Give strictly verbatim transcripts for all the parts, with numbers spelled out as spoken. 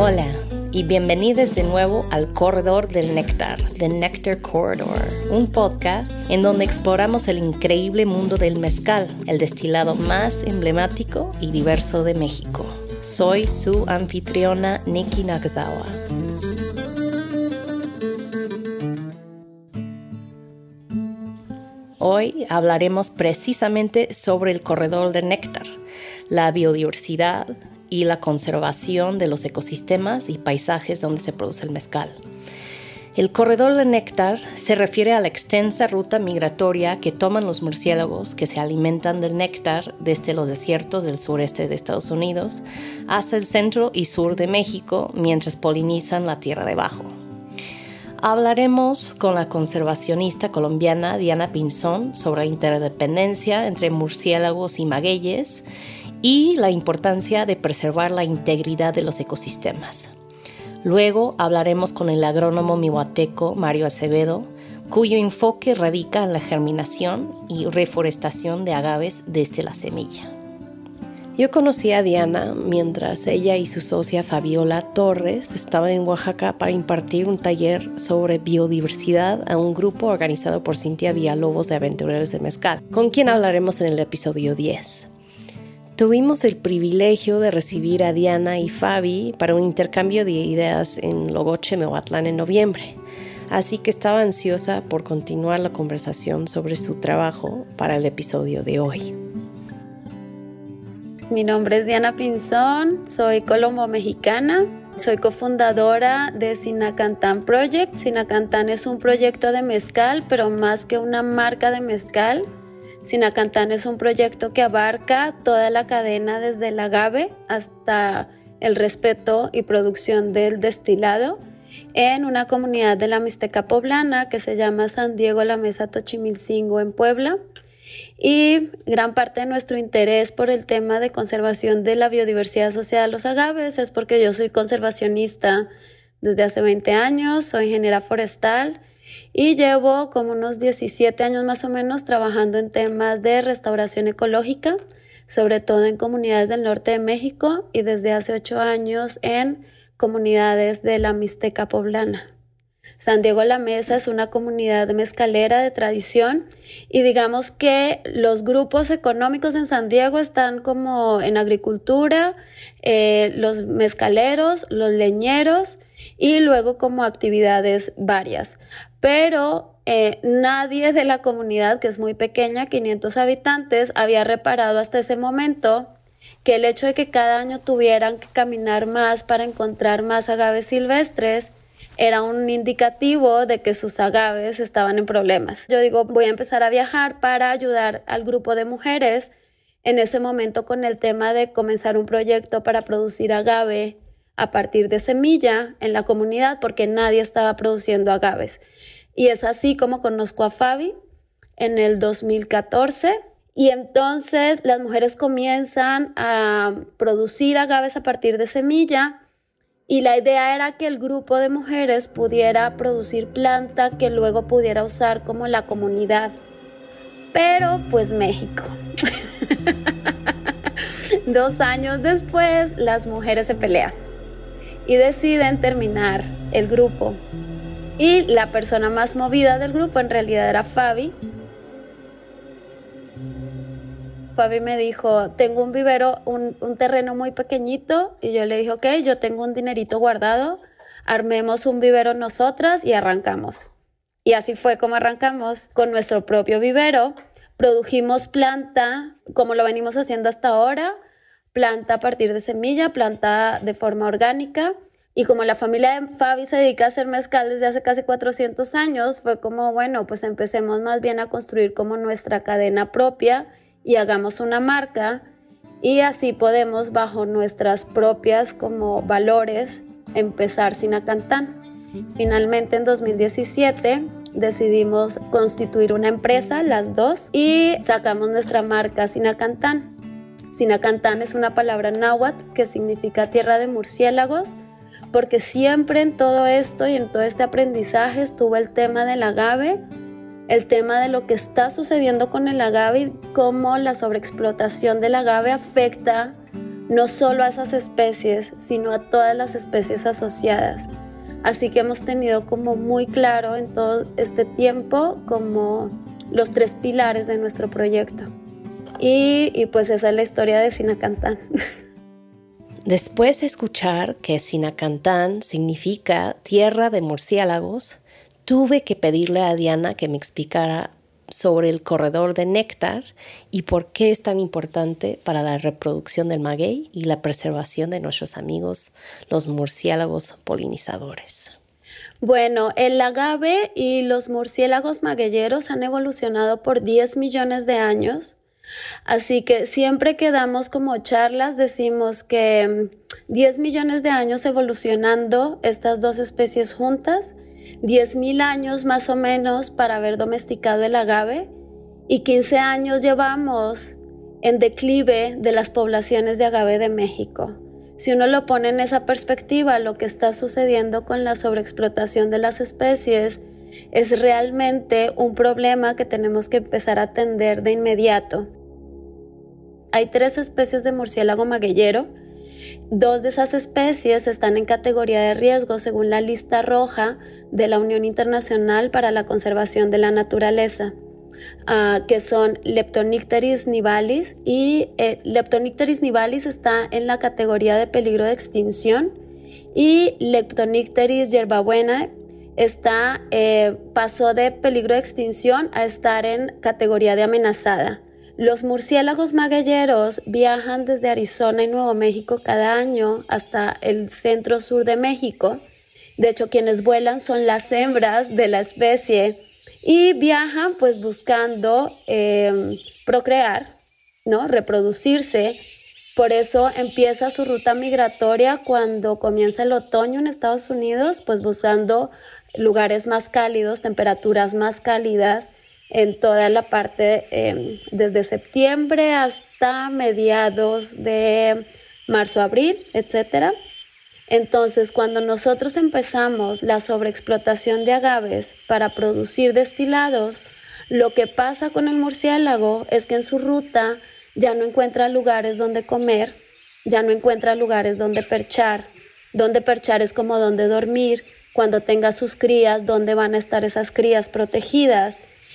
Hola y bienvenidos de nuevo al Corredor del Néctar, The Nectar Corridor, un podcast en donde exploramos el increíble mundo del mezcal, el destilado más emblemático y diverso de México. Soy su anfitriona Nikki Nakazawa. Hoy hablaremos precisamente sobre el Corredor del Néctar, la biodiversidad y la conservación de los ecosistemas y paisajes donde se produce el mezcal. El Corredor del Néctar se refiere a la extensa ruta migratoria que toman los murciélagos que se alimentan del néctar desde los desiertos del sureste de Estados Unidos hasta el centro y sur de México mientras polinizan la tierra debajo. Hablaremos con la conservacionista colombiana Diana Pinzón sobre la interdependencia entre murciélagos y magueyes y la importancia de preservar la integridad de los ecosistemas. Luego hablaremos con el agrónomo mihuateco Mario Acevedo, cuyo enfoque radica en la germinación y reforestación de agaves desde la semilla. Yo conocí a Diana mientras ella y su socia Fabiola Torres estaban en Oaxaca para impartir un taller sobre biodiversidad a un grupo organizado por Cintia Villalobos de Aventureros de Mezcal, con quien hablaremos en el episodio diez. Tuvimos el privilegio de recibir a Diana y Fabi para un intercambio de ideas en Logoche, Mehuatlán en noviembre, así que estaba ansiosa por continuar la conversación sobre su trabajo para el episodio de hoy. Mi nombre es Diana Pinzón, soy colombo-mexicana, soy cofundadora de Sinacantán Project. Sinacantán es un proyecto de mezcal, pero más que una marca de mezcal. Sinacantán es un proyecto que abarca toda la cadena desde el agave hasta el respeto y producción del destilado en una comunidad de la Mixteca Poblana que se llama San Diego La Mesa Tochimilcingo en Puebla. Y gran parte de nuestro interés por el tema de conservación de la biodiversidad asociada a los agaves es porque yo soy conservacionista desde hace veinte años, soy ingeniera forestal y llevo como unos diecisiete años más o menos trabajando en temas de restauración ecológica, sobre todo en comunidades del norte de México y desde hace ocho años en comunidades de la Mixteca Poblana. San Diego La Mesa es una comunidad mezcalera de tradición y digamos que los grupos económicos en San Diego están como en agricultura, eh, los mezcaleros, los leñeros y luego como actividades varias. Pero eh, nadie de la comunidad, que es muy pequeña, quinientos habitantes, había reparado hasta ese momento que el hecho de que cada año tuvieran que caminar más para encontrar más agaves silvestres era un indicativo de que sus agaves estaban en problemas. Yo digo, voy a empezar a viajar para ayudar al grupo de mujeres en ese momento con el tema de comenzar un proyecto para producir agave a partir de semilla en la comunidad porque nadie estaba produciendo agaves. Y es así como conozco a Fabi en el dos mil catorce y entonces las mujeres comienzan a producir agaves a partir de semilla. Y la idea era que el grupo de mujeres pudiera producir planta que luego pudiera usar como la comunidad. Pero pues México. Dos años después las mujeres se pelean y deciden terminar el grupo. Y la persona más movida del grupo en realidad era Fabi. Fabi me dijo, tengo un vivero, un, un terreno muy pequeñito, y yo le dije, ok, yo tengo un dinerito guardado, armemos un vivero nosotras y arrancamos. Y así fue como arrancamos con nuestro propio vivero. Produjimos planta, como lo venimos haciendo hasta ahora, planta a partir de semilla, planta de forma orgánica. Y como la familia de Fabi se dedica a hacer mezcal desde hace casi cuatrocientos años, fue como, bueno, pues empecemos más bien a construir como nuestra cadena propia y hagamos una marca y así podemos bajo nuestras propias como valores empezar Sinacantán. Finalmente en dos mil diecisiete decidimos constituir una empresa, las dos, y sacamos nuestra marca Sinacantán. Sinacantán es una palabra náhuatl que significa tierra de murciélagos porque siempre en todo esto y en todo este aprendizaje estuvo el tema del agave, el tema de lo que está sucediendo con el agave y cómo la sobreexplotación del agave afecta no solo a esas especies, sino a todas las especies asociadas. Así que hemos tenido como muy claro en todo este tiempo como los tres pilares de nuestro proyecto. Y, y pues esa es la historia de Sinacantán. Después de escuchar que Sinacantán significa tierra de murciélagos, tuve que pedirle a Diana que me explicara sobre el corredor de néctar y por qué es tan importante para la reproducción del maguey y la preservación de nuestros amigos, los murciélagos polinizadores. Bueno, el agave y los murciélagos magueyeros han evolucionado por diez millones de años. Así que siempre que damos como charlas decimos que diez millones de años evolucionando estas dos especies juntas, diez mil años más o menos para haber domesticado el agave y quince años llevamos en declive de las poblaciones de agave de México. Si uno lo pone en esa perspectiva, lo que está sucediendo con la sobreexplotación de las especies es realmente un problema que tenemos que empezar a atender de inmediato. Hay tres especies de murciélago magueyero. Dos de esas especies están en categoría de riesgo según la lista roja de la Unión Internacional para la Conservación de la Naturaleza, uh, que son Leptonicteris nivalis, y eh, Leptonicteris nivalis está en la categoría de peligro de extinción y Leptonicteris yerbabuena está, eh, pasó de peligro de extinción a estar en categoría de amenazada. Los murciélagos magueyeros viajan desde Arizona y Nuevo México cada año hasta el centro sur de México. De hecho, quienes vuelan son las hembras de la especie y viajan pues buscando eh, procrear, ¿no? Reproducirse. Por eso empieza su ruta migratoria cuando comienza el otoño en Estados Unidos, pues buscando lugares más cálidos, temperaturas más cálidas, en toda la parte eh, desde septiembre hasta mediados de marzo, abril, etcétera. Entonces, cuando nosotros empezamos la sobreexplotación de agaves para producir destilados, lo que pasa con el murciélago es que en su ruta ya no encuentra lugares donde comer, ya no encuentra lugares donde perchar. Donde perchar es como donde dormir, cuando tenga sus crías, donde van a estar esas crías protegidas.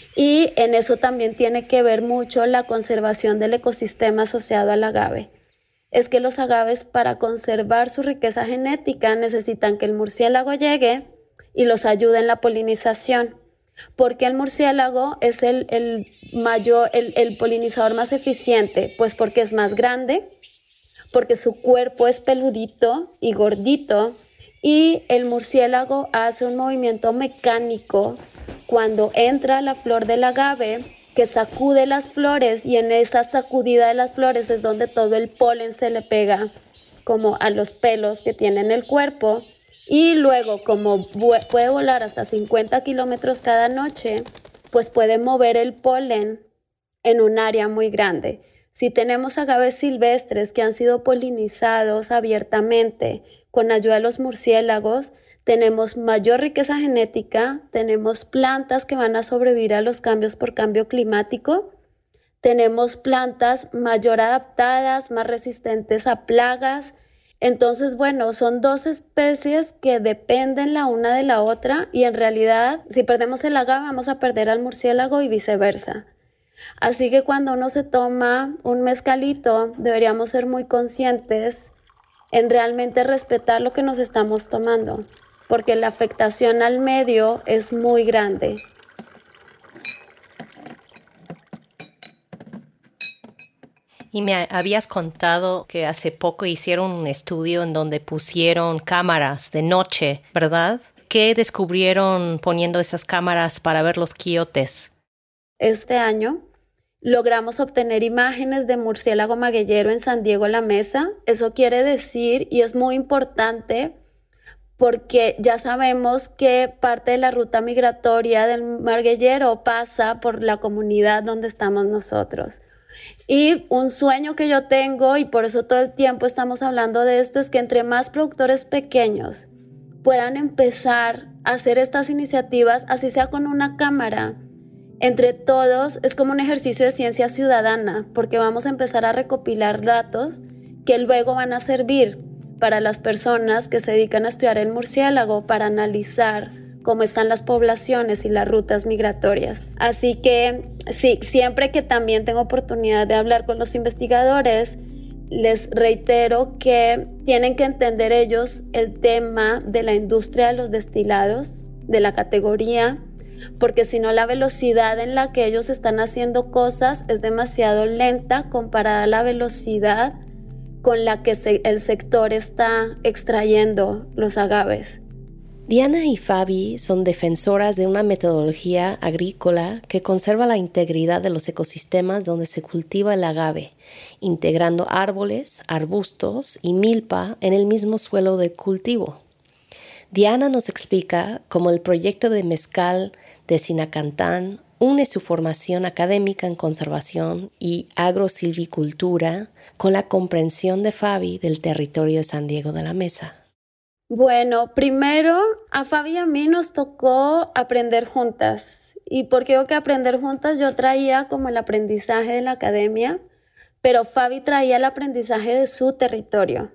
Y en eso también tiene que ver mucho la conservación del ecosistema asociado al agave. Es que los agaves, para conservar su riqueza genética, necesitan que el murciélago llegue y los ayude en la polinización. ¿Por qué el murciélago es el, el, mayor, el, el polinizador más eficiente? Pues porque es más grande, porque su cuerpo es peludito y gordito, y el murciélago hace un movimiento mecánico cuando entra la flor del agave que sacude las flores, y en esa sacudida de las flores es donde todo el polen se le pega como a los pelos que tiene en el cuerpo, y luego como puede volar hasta cincuenta kilómetros cada noche, pues puede mover el polen en un área muy grande. Si tenemos agaves silvestres que han sido polinizados abiertamente con ayuda de los murciélagos, tenemos mayor riqueza genética, tenemos plantas que van a sobrevivir a los cambios por cambio climático, tenemos plantas mayor adaptadas, más resistentes a plagas. Entonces, bueno, son dos especies que dependen la una de la otra, y en realidad, si perdemos el agave, vamos a perder al murciélago y viceversa. Así que cuando uno se toma un mezcalito, deberíamos ser muy conscientes en realmente respetar lo que nos estamos tomando, porque la afectación al medio es muy grande. Y me habías contado que hace poco hicieron un estudio en donde pusieron cámaras de noche, ¿verdad? ¿Qué descubrieron poniendo esas cámaras para ver los quiotes? Este año logramos obtener imágenes de murciélago magueyero en San Diego La Mesa. Eso quiere decir, y es muy importante, porque ya sabemos que parte de la ruta migratoria del magueyero pasa por la comunidad donde estamos nosotros. Y un sueño que yo tengo, y por eso todo el tiempo estamos hablando de esto, es que entre más productores pequeños puedan empezar a hacer estas iniciativas, así sea con una cámara, entre todos es como un ejercicio de ciencia ciudadana, porque vamos a empezar a recopilar datos que luego van a servir para las personas que se dedican a estudiar el murciélago para analizar cómo están las poblaciones y las rutas migratorias. Así que sí, siempre que también tengo oportunidad de hablar con los investigadores, les reitero que tienen que entender ellos el tema de la industria de los destilados, de la categoría, porque si no la velocidad en la que ellos están haciendo cosas es demasiado lenta comparada a la velocidad con la que se, el sector está extrayendo los agaves. Diana y Fabi son defensoras de una metodología agrícola que conserva la integridad de los ecosistemas donde se cultiva el agave, integrando árboles, arbustos y milpa en el mismo suelo de cultivo. Diana nos explica cómo el proyecto de mezcal de Sinacantán une su formación académica en conservación y agrosilvicultura con la comprensión de Fabi del territorio de San Diego de la Mesa. Bueno, primero a Fabi y a mí nos tocó aprender juntas. ¿Y por qué digo que aprender juntas? Yo traía como el aprendizaje de la academia, pero Fabi traía el aprendizaje de su territorio.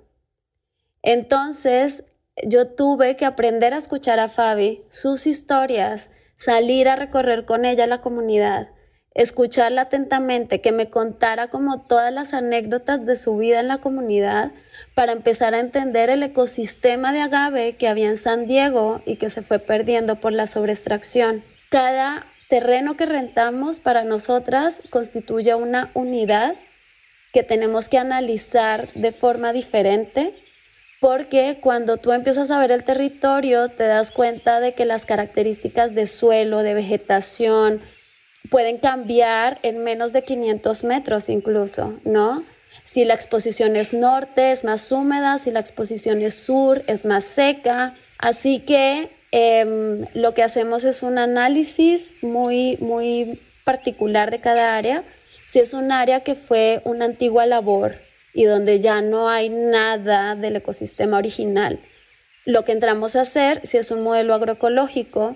Entonces, yo tuve que aprender a escuchar a Fabi, sus historias, salir a recorrer con ella la comunidad, escucharla atentamente, que me contara como todas las anécdotas de su vida en la comunidad para empezar a entender el ecosistema de agave que había en San Diego y que se fue perdiendo por la sobreextracción. Cada terreno que rentamos para nosotras constituye una unidad que tenemos que analizar de forma diferente, porque cuando tú empiezas a ver el territorio te das cuenta de que las características de suelo, de vegetación, pueden cambiar en menos de quinientos metros incluso, ¿no? Si la exposición es norte, es más húmeda, si la exposición es sur, es más seca. Así que eh, lo que hacemos es un análisis muy, muy particular de cada área. Si es un área que fue una antigua labor y donde ya no hay nada del ecosistema original, lo que entramos a hacer, si es un modelo agroecológico,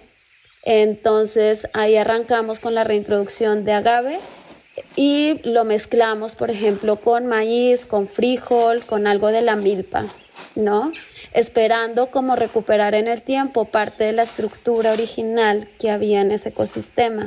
entonces ahí arrancamos con la reintroducción de agave y lo mezclamos, por ejemplo, con maíz, con frijol, con algo de la milpa, ¿no? Esperando como recuperar en el tiempo parte de la estructura original que había en ese ecosistema.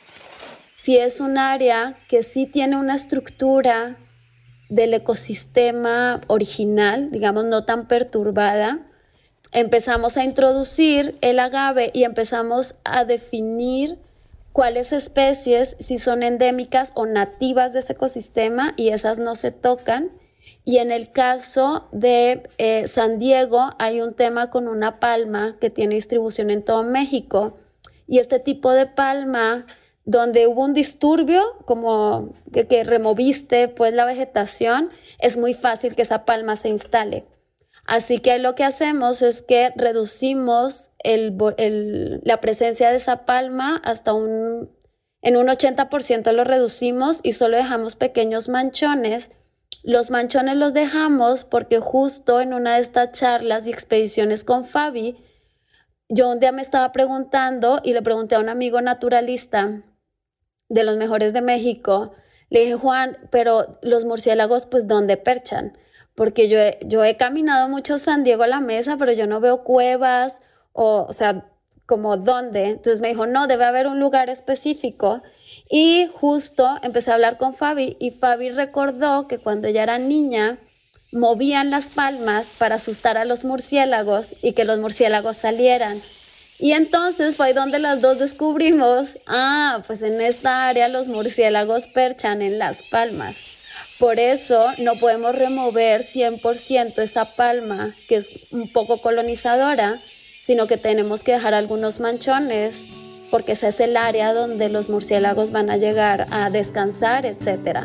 Si es un área que sí tiene una estructura del ecosistema original, digamos, no tan perturbada, empezamos a introducir el agave y empezamos a definir cuáles especies si son endémicas o nativas de ese ecosistema y esas no se tocan. Y en el caso de eh, San Diego hay un tema con una palma que tiene distribución en todo México y este tipo de palma donde hubo un disturbio como que, que removiste pues la vegetación, es muy fácil que esa palma se instale. Así que lo que hacemos es que reducimos el, el, la presencia de esa palma hasta un, en un ochenta por ciento lo reducimos y solo dejamos pequeños manchones. Los manchones los dejamos porque justo en una de estas charlas y expediciones con Fabi, yo un día me estaba preguntando y le pregunté a un amigo naturalista de los mejores de México, le dije, Juan, pero los murciélagos, pues, ¿dónde perchan? Porque yo he, yo he caminado mucho San Diego a la Mesa, pero yo no veo cuevas, o, o sea, como ¿dónde? Entonces me dijo, no, debe haber un lugar específico. Y justo empecé a hablar con Fabi, y Fabi recordó que cuando ella era niña, movían las palmas para asustar a los murciélagos y que los murciélagos salieran. Y entonces fue ahí donde las dos descubrimos, ah, pues en esta área los murciélagos perchan en las palmas. Por eso no podemos remover cien por ciento esa palma, que es un poco colonizadora, sino que tenemos que dejar algunos manchones, porque ese es el área donde los murciélagos van a llegar a descansar, etcétera.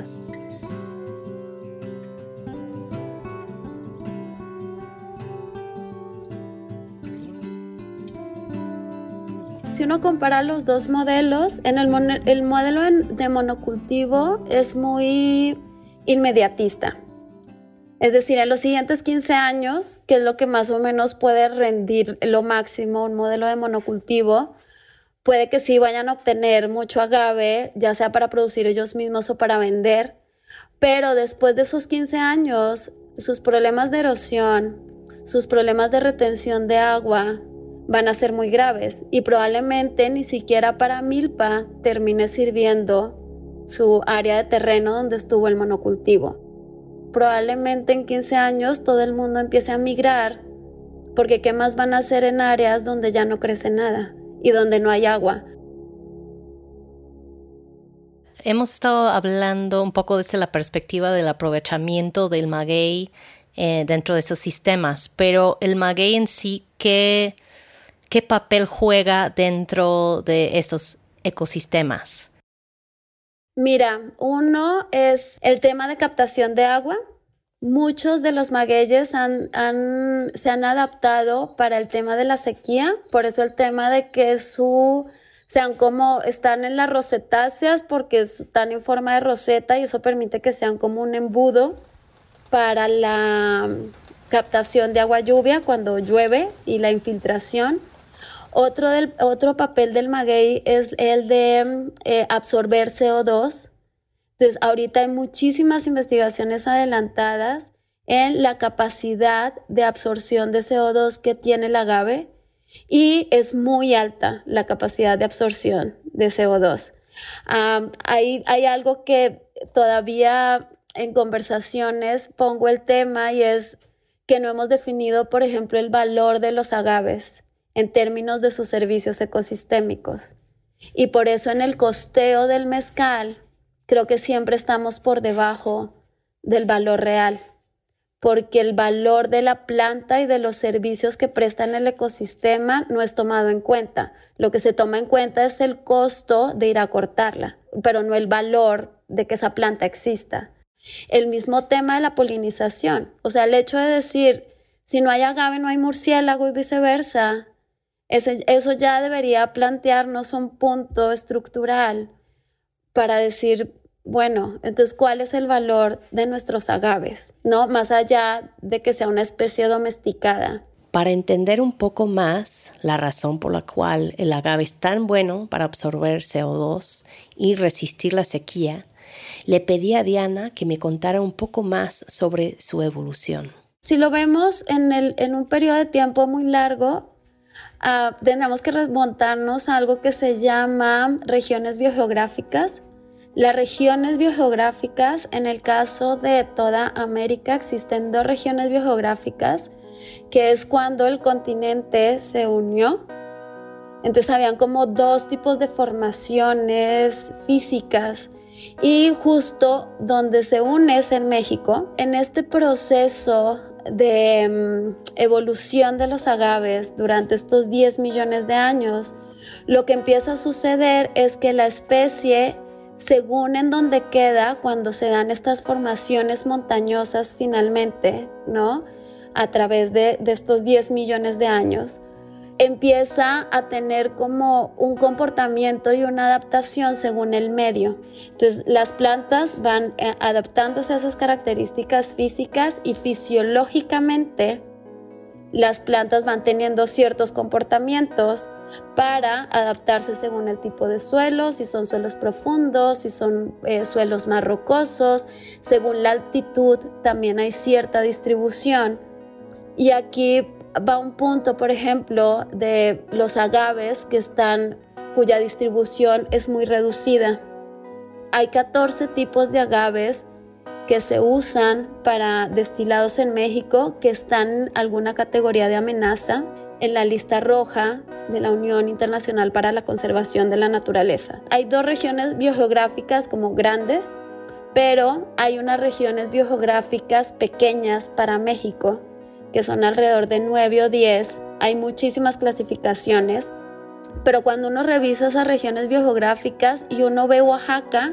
Si uno compara los dos modelos, en el, mon- el modelo de monocultivo es muy inmediatista. Es decir, en los siguientes quince años, que es lo que más o menos puede rendir lo máximo un modelo de monocultivo, puede que sí vayan a obtener mucho agave, ya sea para producir ellos mismos o para vender, pero después de esos quince años, sus problemas de erosión, sus problemas de retención de agua van a ser muy graves y probablemente ni siquiera para milpa termine sirviendo su área de terreno donde estuvo el monocultivo. Probablemente en quince años todo el mundo empiece a migrar, porque ¿qué más van a hacer en áreas donde ya no crece nada y donde no hay agua? Hemos estado hablando un poco desde la perspectiva del aprovechamiento del maguey eh, dentro de esos sistemas, pero el maguey en sí, ¿qué, qué papel juega dentro de estos ecosistemas? Mira, uno es el tema de captación de agua. Muchos de los magueyes han, han, se han adaptado para el tema de la sequía, por eso el tema de que su, sean como, están en las rosetáceas porque están en forma de roseta y eso permite que sean como un embudo para la captación de agua lluvia cuando llueve y la infiltración. Otro, del, otro papel del maguey es el de eh, absorber C O dos. Entonces, ahorita hay muchísimas investigaciones adelantadas en la capacidad de absorción de C O dos que tiene el agave y es muy alta la capacidad de absorción de C O dos. Um, hay, hay algo que todavía en conversaciones pongo el tema y es que no hemos definido, por ejemplo, el valor de los agaves en términos de sus servicios ecosistémicos. Y por eso en el costeo del mezcal creo que siempre estamos por debajo del valor real, porque el valor de la planta y de los servicios que presta en el ecosistema no es tomado en cuenta. Lo que se toma en cuenta es el costo de ir a cortarla, pero no el valor de que esa planta exista. El mismo tema de la polinización, o sea, el hecho de decir, si no hay agave no hay murciélago y viceversa, ese, eso ya debería plantearnos un punto estructural para decir, bueno, entonces, ¿cuál es el valor de nuestros agaves? ¿No? Más allá de que sea una especie domesticada. Para entender un poco más la razón por la cual el agave es tan bueno para absorber C O dos y resistir la sequía, le pedí a Diana que me contara un poco más sobre su evolución. Si lo vemos en, el, en un periodo de tiempo muy largo, uh, tendremos que remontarnos a algo que se llama regiones biogeográficas. Las regiones biogeográficas, en el caso de toda América, existen dos regiones biogeográficas, que es cuando el continente se unió. Entonces habían como dos tipos de formaciones físicas y justo donde se une es en México. En este proceso de um, evolución de los agaves durante estos diez millones de años, lo que empieza a suceder es que la especie, según en donde queda, cuando se dan estas formaciones montañosas finalmente, ¿no? A través de, de estos diez millones de años, empieza a tener como un comportamiento y una adaptación según el medio. Entonces, las plantas van eh, adaptándose a esas características físicas y fisiológicamente las plantas van teniendo ciertos comportamientos para adaptarse según el tipo de suelo, si son suelos profundos, si son eh, suelos más rocosos. Según la altitud también hay cierta distribución. Y aquí va un punto, por ejemplo, de los agaves que están, cuya distribución es muy reducida. Hay catorce tipos de agaves que se usan para destilados en México que están en alguna categoría de amenaza en la lista roja de la Unión Internacional para la Conservación de la Naturaleza. Hay dos regiones biogeográficas como grandes, pero hay unas regiones biogeográficas pequeñas para México, que son alrededor de nueve o diez. Hay muchísimas clasificaciones, pero cuando uno revisa esas regiones biogeográficas y uno ve Oaxaca,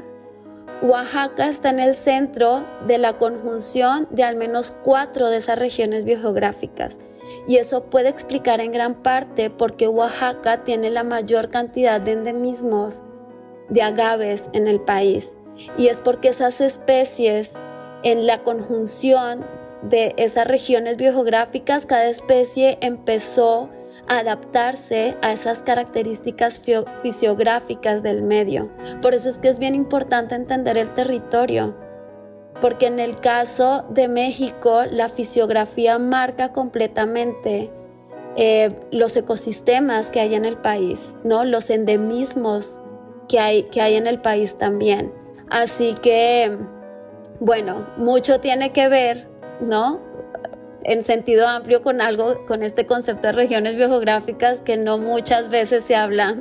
Oaxaca está en el centro de la conjunción de al menos cuatro de esas regiones biogeográficas. Y eso puede explicar en gran parte por qué Oaxaca tiene la mayor cantidad de endemismos de agaves en el país. Y es porque esas especies, en la conjunción de esas regiones biogeográficas, cada especie empezó a adaptarse a esas características fisiográficas del medio. Por eso es que es bien importante entender el territorio, porque en el caso de México la fisiografía marca completamente eh, los ecosistemas que hay en el país, ¿no? Los endemismos que hay, que hay en el país también. Así que, bueno, mucho tiene que ver, ¿no?, en sentido amplio con algo, con este concepto de regiones biogeográficas, que no muchas veces se habla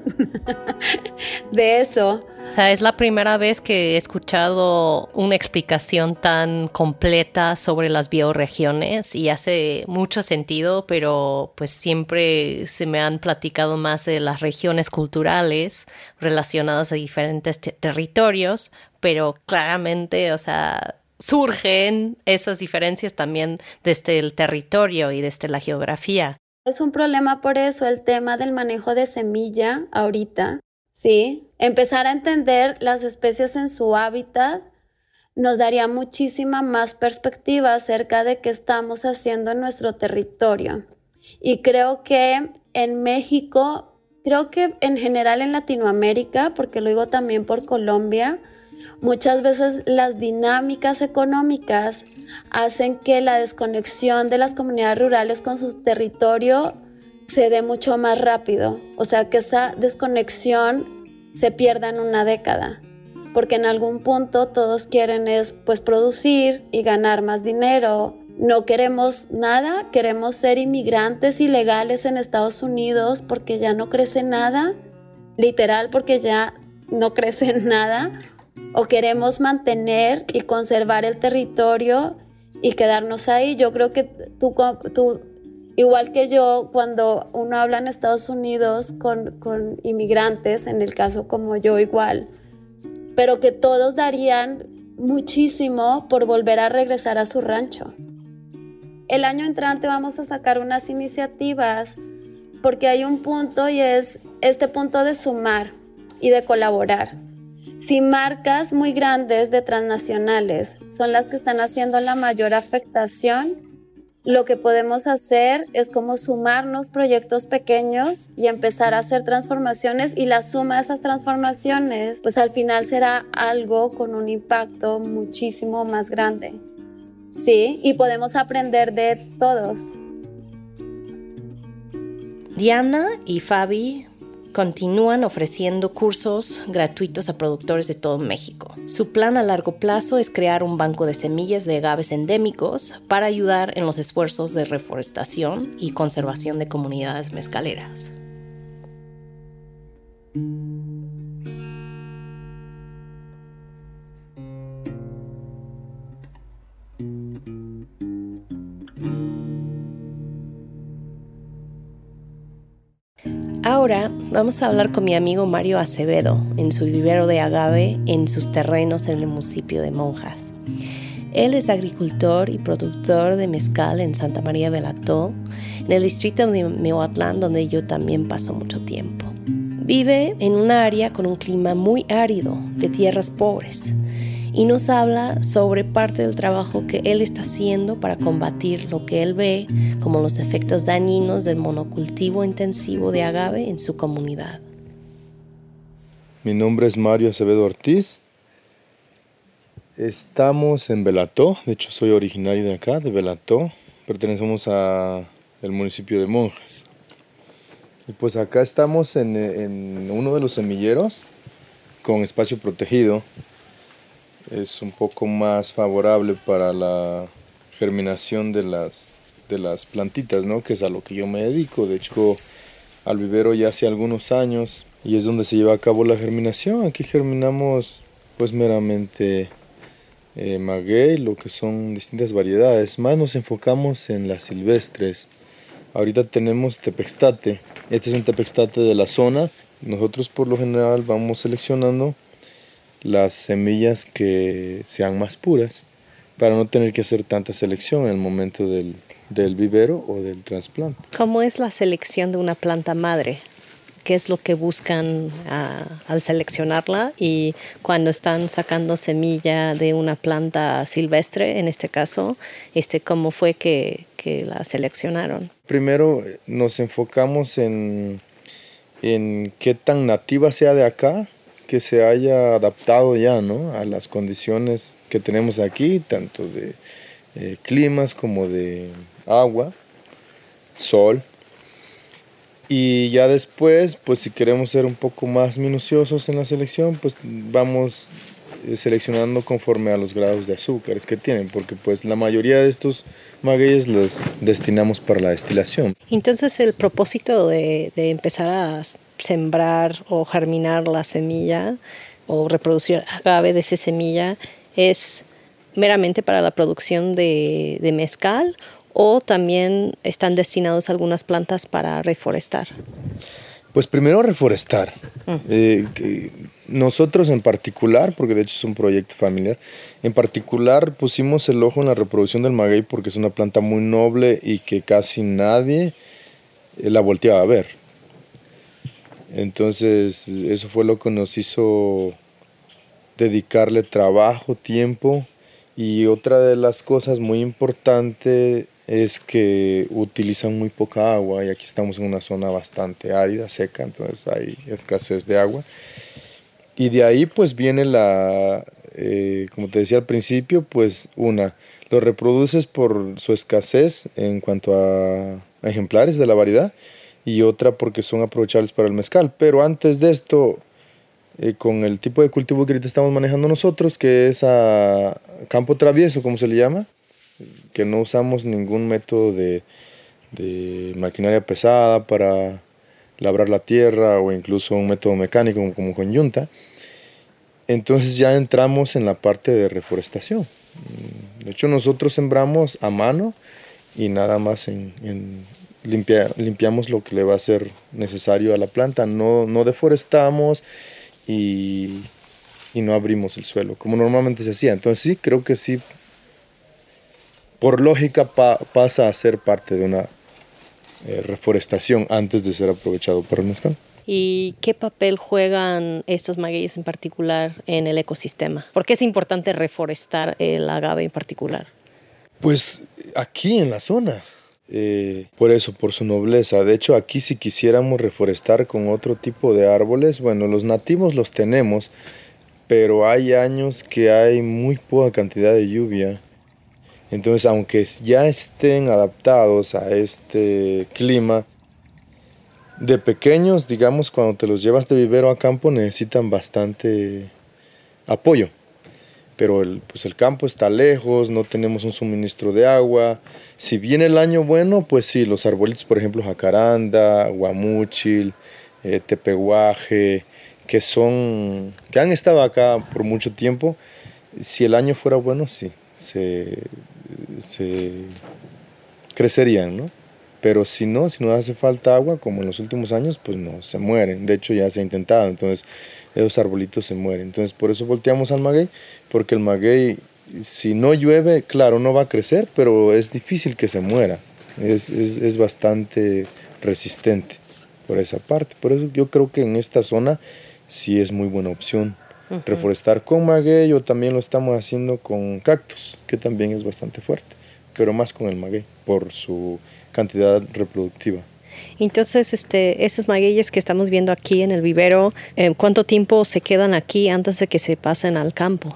de eso. O sea, es la primera vez que he escuchado una explicación tan completa sobre las bioregiones y hace mucho sentido, pero pues siempre se me han platicado más de las regiones culturales relacionadas a diferentes te- territorios, pero claramente, o sea, surgen esas diferencias también desde el territorio y desde la geografía. Es un problema por eso el tema del manejo de semilla ahorita, ¿sí? Empezar a entender las especies en su hábitat nos daría muchísima más perspectiva acerca de qué estamos haciendo en nuestro territorio. Y creo que en México, creo que en general en Latinoamérica, porque lo digo también por Colombia, muchas veces las dinámicas económicas hacen que la desconexión de las comunidades rurales con su territorio se dé mucho más rápido. O sea, que esa desconexión se pierda en una década, porque en algún punto todos quieren es, pues, producir y ganar más dinero. No queremos nada, queremos ser inmigrantes ilegales en Estados Unidos porque ya no crece nada, literal, porque ya no crece nada. O queremos mantener y conservar el territorio y quedarnos ahí. Yo creo que tú, tú igual que yo, cuando uno habla en Estados Unidos con, con inmigrantes, en el caso como yo igual, pero que todos darían muchísimo por volver a regresar a su rancho. El año entrante vamos a sacar unas iniciativas porque hay un punto, y es este punto de sumar y de colaborar. Si marcas muy grandes de transnacionales son las que están haciendo la mayor afectación, lo que podemos hacer es como sumarnos proyectos pequeños y empezar a hacer transformaciones, y la suma de esas transformaciones pues al final será algo con un impacto muchísimo más grande, ¿sí? Y podemos aprender de todos. Diana y Fabi continúan ofreciendo cursos gratuitos a productores de todo México. Su plan a largo plazo es crear un banco de semillas de agaves endémicos para ayudar en los esfuerzos de reforestación y conservación de comunidades mezcaleras. Ahora vamos a hablar con mi amigo Mario Acevedo en su vivero de agave en sus terrenos en el municipio de Monjas. Él es agricultor y productor de mezcal en Santa María Belató, en el distrito de Miahuatlán, donde yo también paso mucho tiempo. Vive en un área con un clima muy árido, de tierras pobres, y nos habla sobre parte del trabajo que él está haciendo para combatir lo que él ve como los efectos dañinos del monocultivo intensivo de agave en su comunidad. Mi nombre es Mario Acevedo Ortiz. Estamos en Belató, de hecho soy originario de acá, de Belató. Pertenecemos al municipio de Monjas. Y pues acá estamos en, en uno de los semilleros con espacio protegido. Es un poco más favorable para la germinación de las, de las plantitas, ¿no? Que es a lo que yo me dedico. De hecho, al vivero ya hace algunos años y es donde se lleva a cabo la germinación. Aquí germinamos pues meramente eh, maguey, lo que son distintas variedades. Más nos enfocamos en las silvestres. Ahorita tenemos tepextate. Este es un tepextate de la zona. Nosotros por lo general vamos seleccionando las semillas que sean más puras para no tener que hacer tanta selección en el momento del, del vivero o del trasplante. ¿Cómo es la selección de una planta madre? ¿Qué es lo que buscan uh, al seleccionarla? Y cuando están sacando semilla de una planta silvestre, en este caso, este, ¿cómo fue que, que la seleccionaron? Primero nos enfocamos en, en qué tan nativa sea de acá que se haya adaptado ya, ¿no?, a las condiciones que tenemos aquí, tanto de eh, climas como de agua, sol. Y ya después, pues si queremos ser un poco más minuciosos en la selección, pues vamos seleccionando conforme a los grados de azúcares que tienen, porque pues la mayoría de estos magueyes los destinamos para la destilación. Entonces el propósito de, de empezar a sembrar o germinar la semilla o reproducir agave de esa semilla es meramente para la producción de, de mezcal, o también están destinados algunas plantas para reforestar. Pues primero reforestar. Uh-huh. Eh, que nosotros en particular, porque de hecho es un proyecto familiar, en particular pusimos el ojo en la reproducción del maguey porque es una planta muy noble y que casi nadie la volteaba a ver. Entonces eso fue lo que nos hizo dedicarle trabajo, tiempo, y otra de las cosas muy importantes es que utilizan muy poca agua, y aquí estamos en una zona bastante árida, seca, entonces hay escasez de agua. Y de ahí pues viene la, eh, como te decía al principio, pues una, lo reproduces por su escasez en cuanto a ejemplares de la variedad, y otra porque son aprovechables para el mezcal. Pero antes de esto, eh, con el tipo de cultivo que ahorita estamos manejando nosotros, que es a campo travieso, como se le llama, que no usamos ningún método de, de maquinaria pesada para labrar la tierra o incluso un método mecánico como, como con yunta, entonces ya entramos en la parte de reforestación. De hecho nosotros sembramos a mano y nada más en, en limpia, limpiamos lo que le va a ser necesario a la planta, no, no deforestamos y, y no abrimos el suelo como normalmente se hacía. Entonces sí, creo que sí, por lógica pa, pasa a ser parte de una eh, reforestación antes de ser aprovechado para el mezcal. ¿Y qué papel juegan estos magueyes en particular en el ecosistema? ¿Por qué es importante reforestar el agave en particular? Pues aquí en la zona, eh, por eso, por su nobleza. De hecho, aquí si quisiéramos reforestar con otro tipo de árboles, bueno, los nativos los tenemos, pero hay años que hay muy poca cantidad de lluvia. Entonces, aunque ya estén adaptados a este clima, de pequeños, digamos, cuando te los llevas de vivero a campo, necesitan bastante apoyo. Pero el, pues el campo está lejos, no tenemos un suministro de agua. Si viene el año bueno, pues sí, los arbolitos, por ejemplo, jacaranda, guamúchil, eh, tepehuaje, que son, que han estado acá por mucho tiempo, si el año fuera bueno, sí, se, se crecerían, ¿no? Pero si no, si no hace falta agua, como en los últimos años, pues no, se mueren. De hecho, ya se ha intentado, entonces esos arbolitos se mueren. Entonces, por eso volteamos al maguey, porque el maguey, si no llueve, claro, no va a crecer, pero es difícil que se muera. Es, es, es bastante resistente por esa parte. Por eso yo creo que en esta zona sí es muy buena opción. Uh-huh. Reforestar con maguey, o también lo estamos haciendo con cactus, que también es bastante fuerte, pero más con el maguey, por su cantidad reproductiva. Entonces, este, estos magueyes que estamos viendo aquí en el vivero, eh, ¿cuánto tiempo se quedan aquí antes de que se pasen al campo?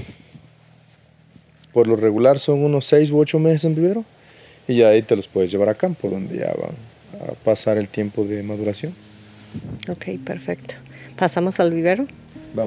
Por lo regular son unos seis u ocho meses en vivero, y ya ahí te los puedes llevar a campo, donde ya van a pasar el tiempo de maduración. Ok, perfecto. ¿Pasamos al vivero? Vamos.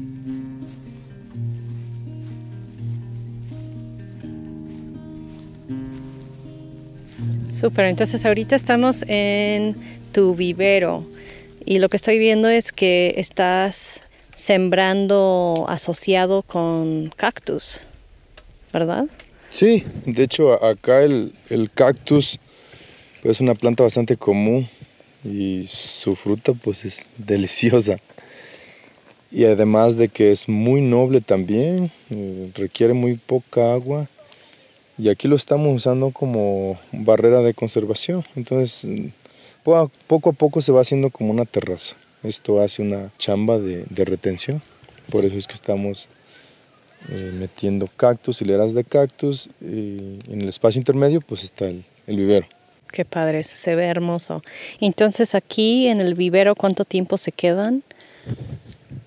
Súper, entonces ahorita estamos en tu vivero y lo que estoy viendo es que estás sembrando asociado con cactus, ¿verdad? Sí, de hecho acá el, el cactus es una planta bastante común y su fruta pues es deliciosa. Y además de que es muy noble también, eh, requiere muy poca agua. Y aquí lo estamos usando como barrera de conservación. Entonces, poco a poco se va haciendo como una terraza. Esto hace una chamba de, de retención. Por eso es que estamos eh, metiendo cactus, hileras de cactus. Y en el espacio intermedio pues está el, el vivero. Qué padre, se ve hermoso. Entonces, aquí en el vivero, ¿cuánto tiempo se quedan?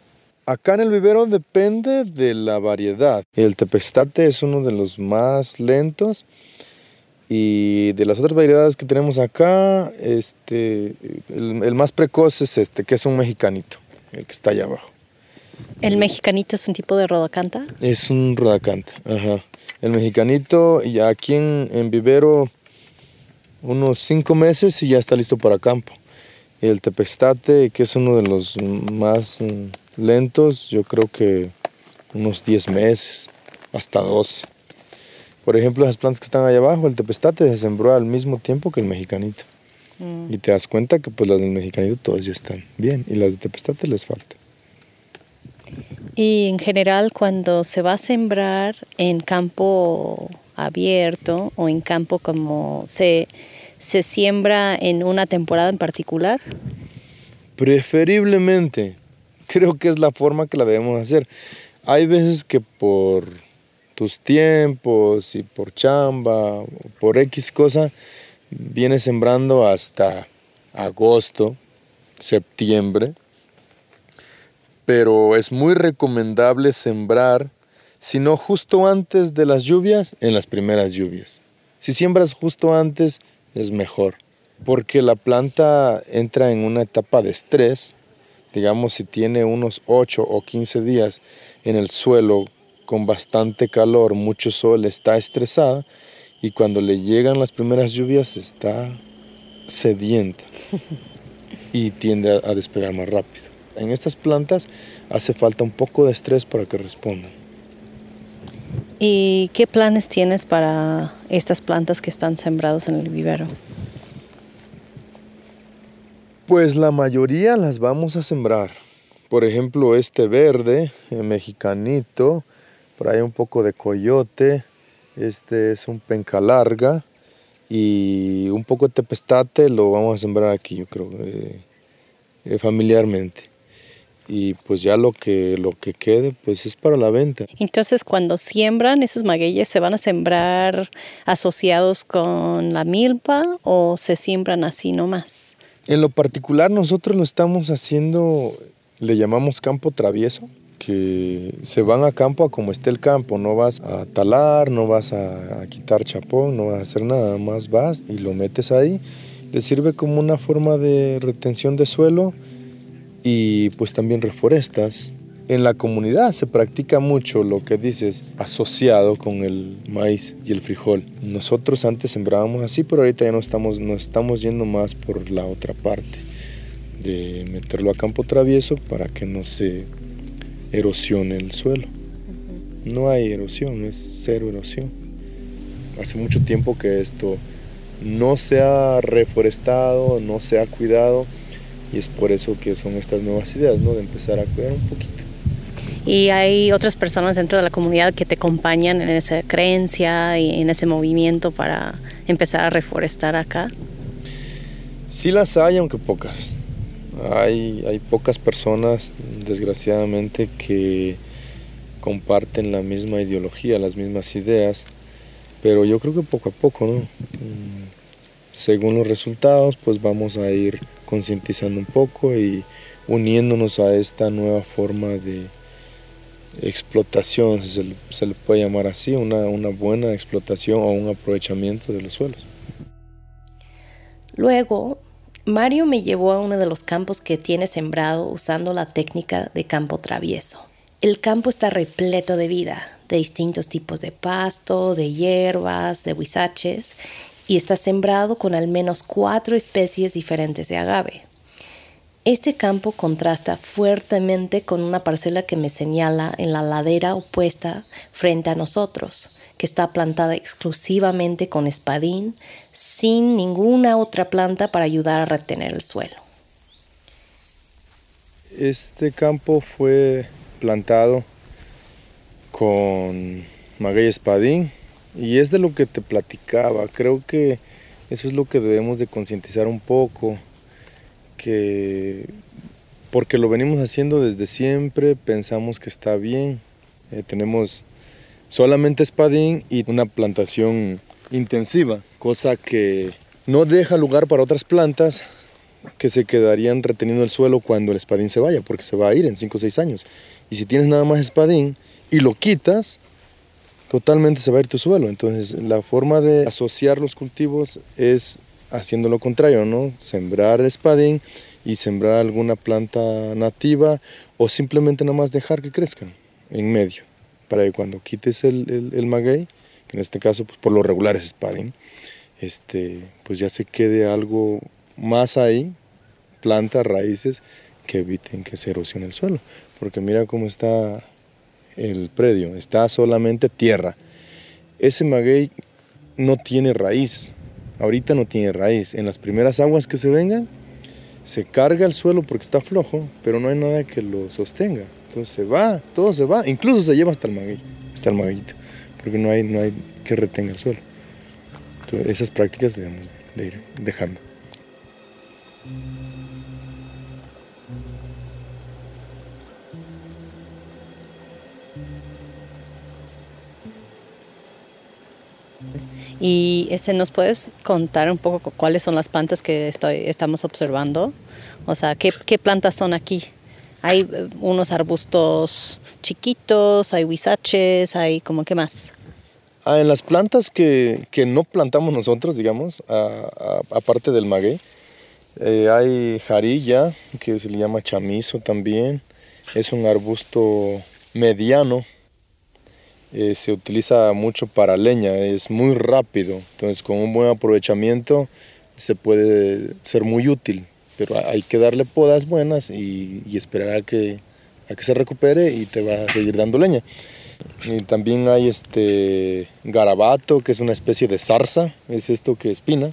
Acá en el vivero depende de la variedad. El tepestate es uno de los más lentos y de las otras variedades que tenemos acá, este, el, el más precoz es este, que es un mexicanito, el que está allá abajo. ¿El mexicanito es un tipo de rodacanta? Es un rodacanta, ajá. El mexicanito, y aquí en, en vivero unos cinco meses y ya está listo para campo. El tepestate, que es uno de los más lentos, yo creo que unos diez meses, hasta doce. Por ejemplo, esas plantas que están allá abajo, el tepestate se sembró al mismo tiempo que el mexicanito. Mm. Y te das cuenta que pues las del mexicanito todas ya están bien y las de tepestate les falta. Y en general, cuando se va a sembrar en campo abierto o en campo como se, se siembra en una temporada en particular. Preferiblemente, creo que es la forma que la debemos hacer. Hay veces que por tus tiempos y por chamba o por X cosa, vienes sembrando hasta agosto, septiembre. Pero es muy recomendable sembrar, si no justo antes de las lluvias, en las primeras lluvias. Si siembras justo antes, es mejor, porque la planta entra en una etapa de estrés. Digamos, si tiene unos ocho o quince días en el suelo con bastante calor, mucho sol, está estresada, y cuando le llegan las primeras lluvias está sedienta y tiende a despegar más rápido. En estas plantas hace falta un poco de estrés para que respondan. ¿Y qué planes tienes para estas plantas que están sembradas en el vivero? Pues la mayoría las vamos a sembrar. Por ejemplo, este verde, el mexicanito, por ahí un poco de coyote, este es un penca larga y un poco de tepestate lo vamos a sembrar aquí, yo creo, eh, eh, familiarmente. Y pues ya lo que, lo que quede pues es para la venta. Entonces cuando siembran esos magueyes, ¿se van a sembrar asociados con la milpa o se siembran así nomás? En lo particular nosotros lo estamos haciendo, le llamamos campo travieso, que se van a campo a como esté el campo, no vas a talar, no vas a, a quitar chapón, no vas a hacer nada, más vas y lo metes ahí. Le sirve como una forma de retención de suelo y pues también reforestas. En la comunidad se practica mucho lo que dices, asociado con el maíz y el frijol. Nosotros antes sembrábamos así, pero ahorita ya no estamos, nos estamos yendo más por la otra parte, de meterlo a campo travieso para que no se erosione el suelo. No hay erosión, es cero erosión. Hace mucho tiempo que esto no se ha reforestado, no se ha cuidado, y es por eso que son estas nuevas ideas, ¿no? De empezar a cuidar un poquito. ¿Y hay otras personas dentro de la comunidad que te acompañan en esa creencia y en ese movimiento para empezar a reforestar acá? Sí las hay, aunque pocas. Hay, hay pocas personas, desgraciadamente, que comparten la misma ideología, las mismas ideas, pero yo creo que poco a poco, ¿no? Según los resultados, pues vamos a ir concientizando un poco y uniéndonos a esta nueva forma de explotación, se le, se le puede llamar así, una, una buena explotación o un aprovechamiento de los suelos. Luego, Mario me llevó a uno de los campos que tiene sembrado usando la técnica de campo travieso. El campo está repleto de vida, de distintos tipos de pasto, de hierbas, de huizaches, y está sembrado con al menos cuatro especies diferentes de agave. Este campo contrasta fuertemente con una parcela que me señala en la ladera opuesta frente a nosotros, que está plantada exclusivamente con espadín, sin ninguna otra planta para ayudar a retener el suelo. Este campo fue plantado con maguey espadín y es de lo que te platicaba. Creo que eso es lo que debemos de concientizar un poco, que porque lo venimos haciendo desde siempre, pensamos que está bien. Eh, tenemos solamente espadín y una plantación intensiva, cosa que no deja lugar para otras plantas que se quedarían reteniendo el suelo cuando el espadín se vaya, porque se va a ir en cinco o seis años. Y si tienes nada más espadín y lo quitas, totalmente se va a ir tu suelo. Entonces la forma de asociar los cultivos es haciendo lo contrario, ¿no? Sembrar espadín y sembrar alguna planta nativa o simplemente nada más dejar que crezcan en medio, para que cuando quites el, el, el maguey, que en este caso pues, por lo regular es espadín, este, pues ya se quede algo más ahí, plantas, raíces, que eviten que se erosione el suelo. Porque mira cómo está el predio, está solamente tierra. Ese maguey no tiene raíz, ahorita no tiene raíz. En las primeras aguas que se vengan, se carga el suelo porque está flojo, pero no hay nada que lo sostenga. Entonces se va, todo se va, incluso se lleva hasta el maguey, hasta el magueyito, porque no hay, no hay que retenga el suelo. Entonces, esas prácticas debemos de ir dejando. Y este, ¿nos puedes contar un poco cuáles son las plantas que estoy, estamos observando? O sea, ¿qué, qué plantas son aquí? Hay unos arbustos chiquitos, hay huizaches, hay como qué más. Ah, en las plantas que, que no plantamos nosotros, digamos, a, a, aparte del maguey, eh, hay jarilla, que se le llama chamizo también. Es un arbusto mediano. Eh, se utiliza mucho para leña, es muy rápido, entonces con un buen aprovechamiento se puede ser muy útil, pero hay que darle podas buenas y, y esperar a que, a que se recupere y te va a seguir dando leña. Y también hay este garabato, que es una especie de zarza, es esto que espina.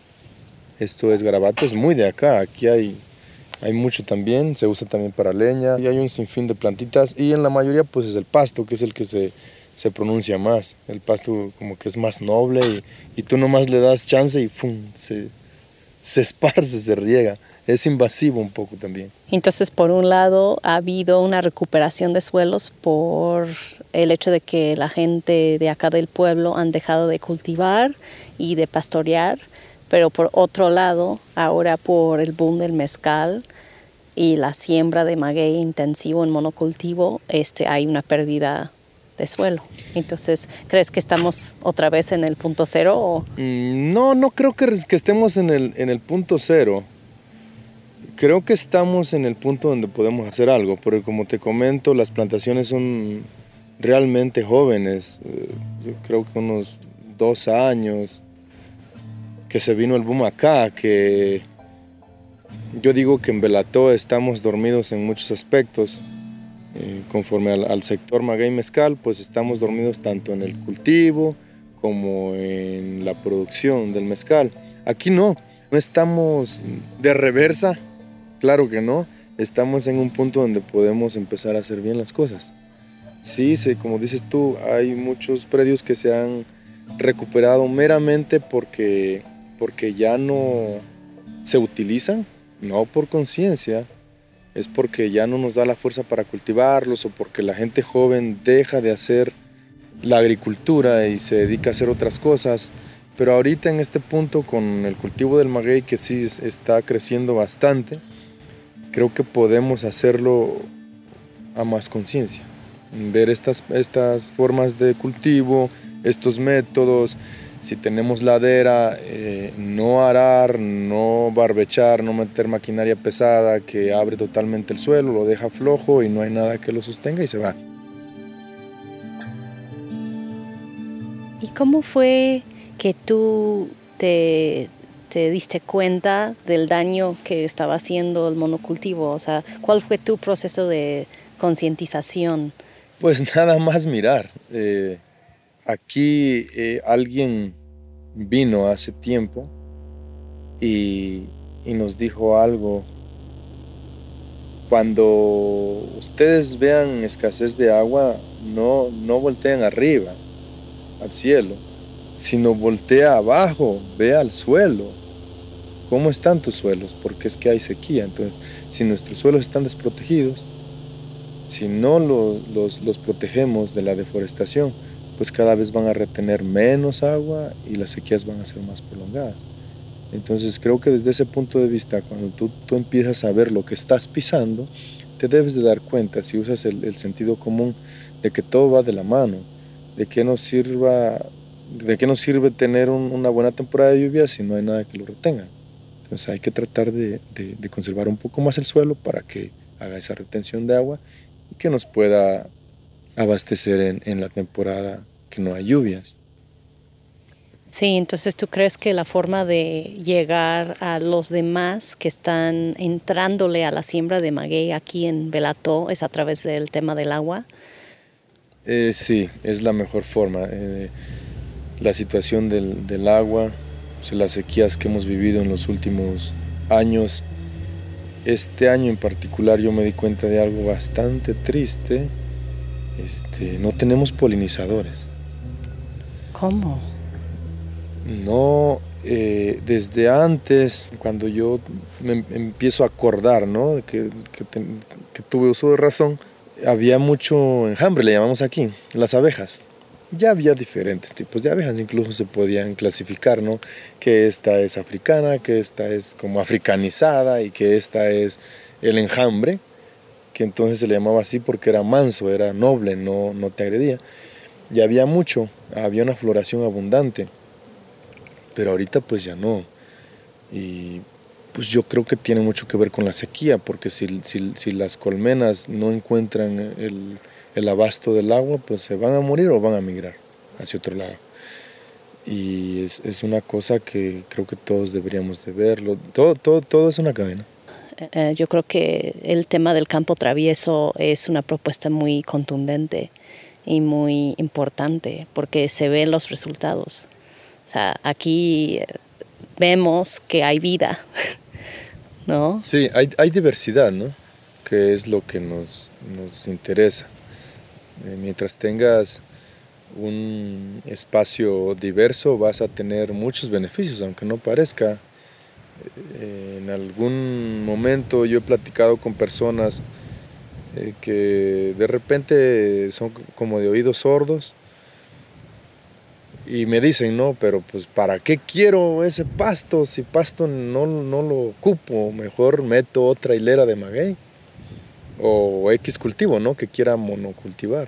Esto es garabato, es muy de acá, aquí hay, hay mucho también, se usa también para leña y hay un sinfín de plantitas y en la mayoría pues es el pasto, que es el que se se pronuncia más. El pasto como que es más noble y, y tú nomás le das chance y ¡fum! Se, se esparce, se riega. Es invasivo un poco también. Entonces, por un lado, ha habido una recuperación de suelos por el hecho de que la gente de acá del pueblo han dejado de cultivar y de pastorear, pero por otro lado, ahora por el boom del mezcal y la siembra de maguey intensivo en monocultivo, este, hay una pérdida de suelo. Entonces, ¿crees que estamos otra vez en el punto cero? O? Mm, no, no creo que, que estemos en el, en el punto cero. Creo que estamos en el punto donde podemos hacer algo, porque como te comento, las plantaciones son realmente jóvenes. Yo creo que unos dos años que se vino el boom acá, que yo digo que en Belató estamos dormidos en muchos aspectos. Eh, conforme al, al sector maguey mezcal, pues estamos dormidos tanto en el cultivo como en la producción del mezcal. Aquí no, no estamos de reversa, claro que no, estamos en un punto donde podemos empezar a hacer bien las cosas. Sí, se, como dices tú, hay muchos predios que se han recuperado meramente porque, porque ya no se utilizan, no por conciencia, es porque ya no nos da la fuerza para cultivarlos o porque la gente joven deja de hacer la agricultura y se dedica a hacer otras cosas. Pero ahorita en este punto con el cultivo del maguey, que sí está creciendo bastante, creo que podemos hacerlo a más conciencia, ver estas, estas formas de cultivo, estos métodos. Si tenemos ladera, eh, no arar, no barbechar, no meter maquinaria pesada que abre totalmente el suelo, lo deja flojo y no hay nada que lo sostenga y se va. ¿Y cómo fue que tú te, te diste cuenta del daño que estaba haciendo el monocultivo? O sea, ¿cuál fue tu proceso de concientización? Pues nada más mirar. Eh, Aquí eh, alguien vino hace tiempo y, y nos dijo algo. Cuando ustedes vean escasez de agua, no, no volteen arriba, al cielo, sino voltea abajo, ve al suelo. ¿Cómo están tus suelos? Porque es que hay sequía. Entonces, si nuestros suelos están desprotegidos, si no lo, los, los protegemos de la deforestación, pues cada vez van a retener menos agua y las sequías van a ser más prolongadas. Entonces creo que desde ese punto de vista, cuando tú, tú empiezas a ver lo que estás pisando, te debes de dar cuenta, si usas el, el sentido común, de que todo va de la mano, de que nos sirva, de qué nos sirve tener un, una buena temporada de lluvia si no hay nada que lo retenga. Entonces hay que tratar de, de, de conservar un poco más el suelo para que haga esa retención de agua y que nos pueda abastecer en, en la temporada que no hay lluvias. Sí, entonces tú crees que la forma de llegar a los demás que están entrándole a la siembra de maguey aquí en Velato es a través del tema del agua. Eh, sí, es la mejor forma. Eh, la situación del, del agua, o sea, las sequías que hemos vivido en los últimos años. Este año en particular yo me di cuenta de algo bastante triste. Este, no tenemos polinizadores. ¿Cómo? No, eh, desde antes, cuando yo me empiezo a acordar, ¿no? que, que, te, que tuve uso de razón, había mucho enjambre, le llamamos aquí, las abejas. Ya había diferentes tipos de abejas, incluso se podían clasificar, ¿no? Que esta es africana, que esta es como africanizada y que esta es el enjambre, que entonces se le llamaba así porque era manso, era noble, no, no te agredía. Y había mucho, había una floración abundante. Pero ahorita pues ya no. Y pues yo creo que tiene mucho que ver con la sequía, porque si, si, si las colmenas no encuentran el, el abasto del agua, pues se van a morir o van a migrar hacia otro lado. Y es, es una cosa que creo que todos deberíamos de verlo. Todo, todo, todo es una cadena. Eh, yo creo que el tema del campo travieso es una propuesta muy contundente y muy importante, porque se ven los resultados. O sea, aquí vemos que hay vida, ¿no? Sí, hay, hay diversidad, ¿no? Que es lo que nos, nos interesa. Eh, mientras tengas un espacio diverso, vas a tener muchos beneficios, aunque no parezca. Eh, en algún momento yo he platicado con personas eh, que de repente son como de oídos sordos. Y me dicen, no, pero pues ¿para qué quiero ese pasto? Si pasto no, no lo ocupo, mejor meto otra hilera de maguey. O X cultivo, ¿no? Que quiera monocultivar.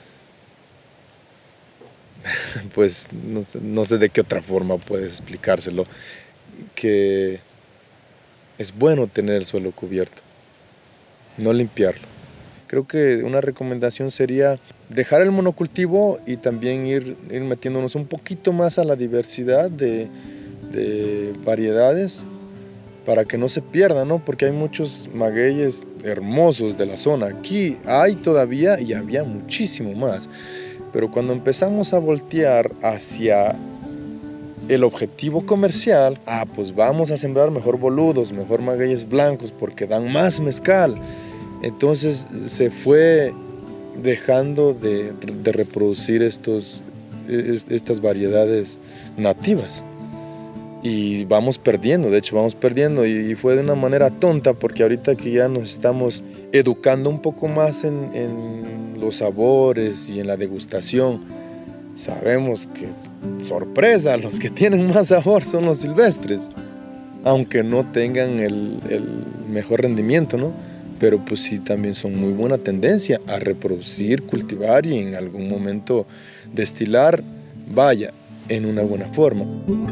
Pues no sé, no sé de qué otra forma puedes explicárselo. Que es bueno tener el suelo cubierto, no limpiarlo. Creo que una recomendación sería dejar el monocultivo y también ir, ir metiéndonos un poquito más a la diversidad de, de variedades para que no se pierda, ¿no? Porque hay muchos magueyes hermosos de la zona. Aquí hay todavía y había muchísimo más. Pero cuando empezamos a voltear hacia el objetivo comercial, ah, pues vamos a sembrar mejor boludos, mejor magueyes blancos porque dan más mezcal. Entonces se fue dejando de, de reproducir estos, estas variedades nativas y vamos perdiendo, de hecho vamos perdiendo y fue de una manera tonta porque ahorita que ya nos estamos educando un poco más en, en los sabores y en la degustación, sabemos que, sorpresa, los que tienen más sabor son los silvestres, aunque no tengan el, el mejor rendimiento, ¿no? Pero pues sí también son muy buena tendencia a reproducir, cultivar y en algún momento destilar, vaya, en una buena forma.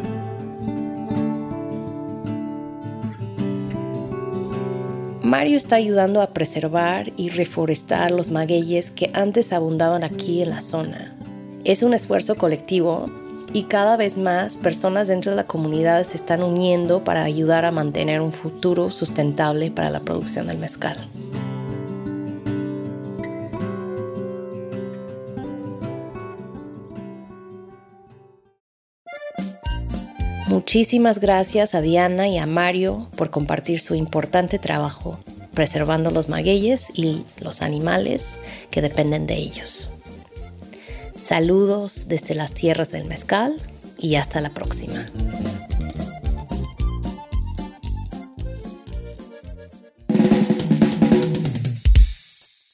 Mario está ayudando a preservar y reforestar los magueyes que antes abundaban aquí en la zona. Es un esfuerzo colectivo y cada vez más personas dentro de la comunidad se están uniendo para ayudar a mantener un futuro sustentable para la producción del mezcal. Muchísimas gracias a Diana y a Mario por compartir su importante trabajo preservando los magueyes y los animales que dependen de ellos. Saludos desde las tierras del mezcal y hasta la próxima.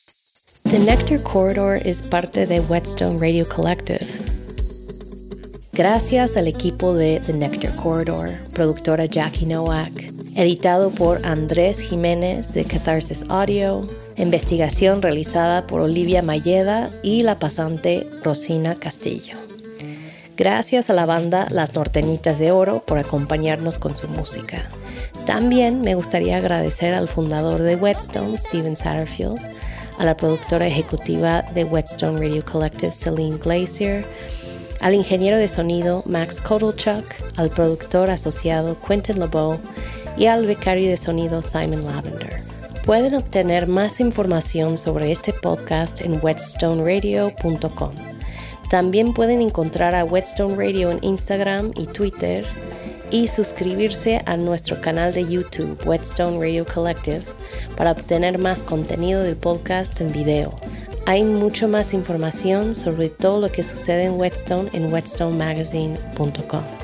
The Nectar Corridor es parte de Whetstone Radio Collective. Gracias al equipo de The Nectar Corridor, productora Jackie Nowak, editado por Andrés Jiménez de Catharsis Audio, investigación realizada por Olivia Mayeda y la pasante Rosina Castillo. Gracias a la banda Las Norteñitas de Oro por acompañarnos con su música. También me gustaría agradecer al fundador de Whetstone, Steven Satterfield, a la productora ejecutiva de Whetstone Radio Collective, Celine Glacier, al ingeniero de sonido Max Kotelchuk, al productor asociado Quentin LeBeau y al becario de sonido Simon Lavender. Pueden obtener más información sobre este podcast en whetstone radio punto com. También pueden encontrar a Whetstone Radio en Instagram y Twitter y suscribirse a nuestro canal de YouTube, Whetstone Radio Collective, para obtener más contenido del podcast en video. Hay mucho más información sobre todo lo que sucede en Whetstone en whetstone magazine punto com.